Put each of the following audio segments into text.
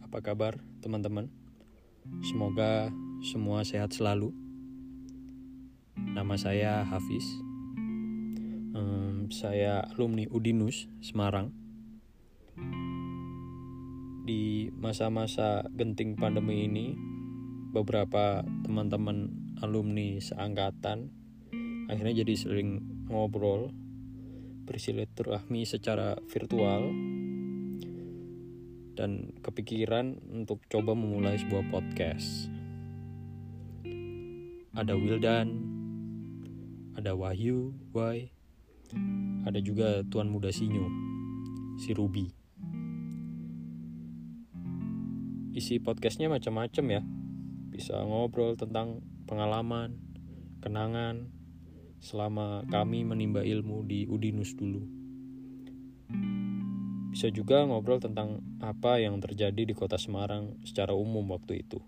Apa kabar teman-teman? Semoga semua sehat selalu. Nama saya Hafiz. Saya alumni Udinus Semarang. Di masa-masa genting pandemi ini, beberapa teman-teman alumni seangkatan akhirnya jadi sering ngobrol, bersilaturahmi secara virtual, dan kepikiran untuk coba memulai sebuah podcast. Ada Wildan, ada Wahyu, ada juga Tuan Muda Sinyo, si Ruby. Isi podcastnya macam-macam ya. Bisa ngobrol tentang pengalaman, kenangan selama kami menimba ilmu di Udinus dulu. Bisa juga ngobrol tentang apa yang terjadi di kota Semarang secara umum waktu itu.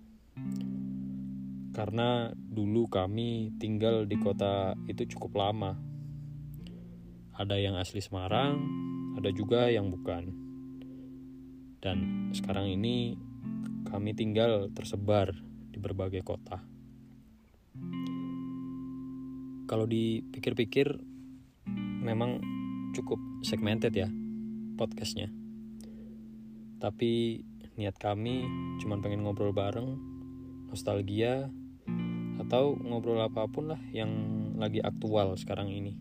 Karena dulu kami tinggal di kota itu cukup lama. Ada yang asli Semarang, ada juga yang bukan. Dan sekarang ini kami tinggal tersebar di berbagai kota. Kalau dipikir-pikir memang cukup segmented ya podcastnya. Tapi niat kami cuma pengen ngobrol bareng, nostalgia, atau ngobrol apapun lah yang lagi aktual sekarang ini.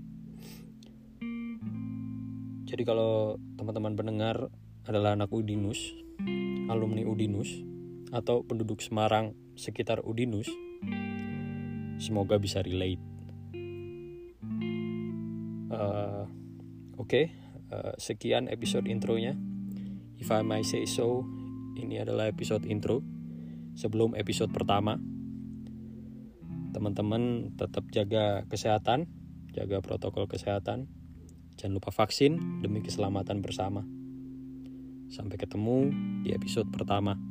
Jadi kalau teman-teman pendengar adalah anak Udinus, alumni Udinus, atau penduduk Semarang sekitar Udinus, semoga bisa relate. Sekian episode intronya. If I may say so, ini adalah episode intro sebelum episode pertama. Teman-teman tetap jaga kesehatan, jaga protokol kesehatan. Jangan lupa vaksin demi keselamatan bersama. Sampai ketemu di episode pertama.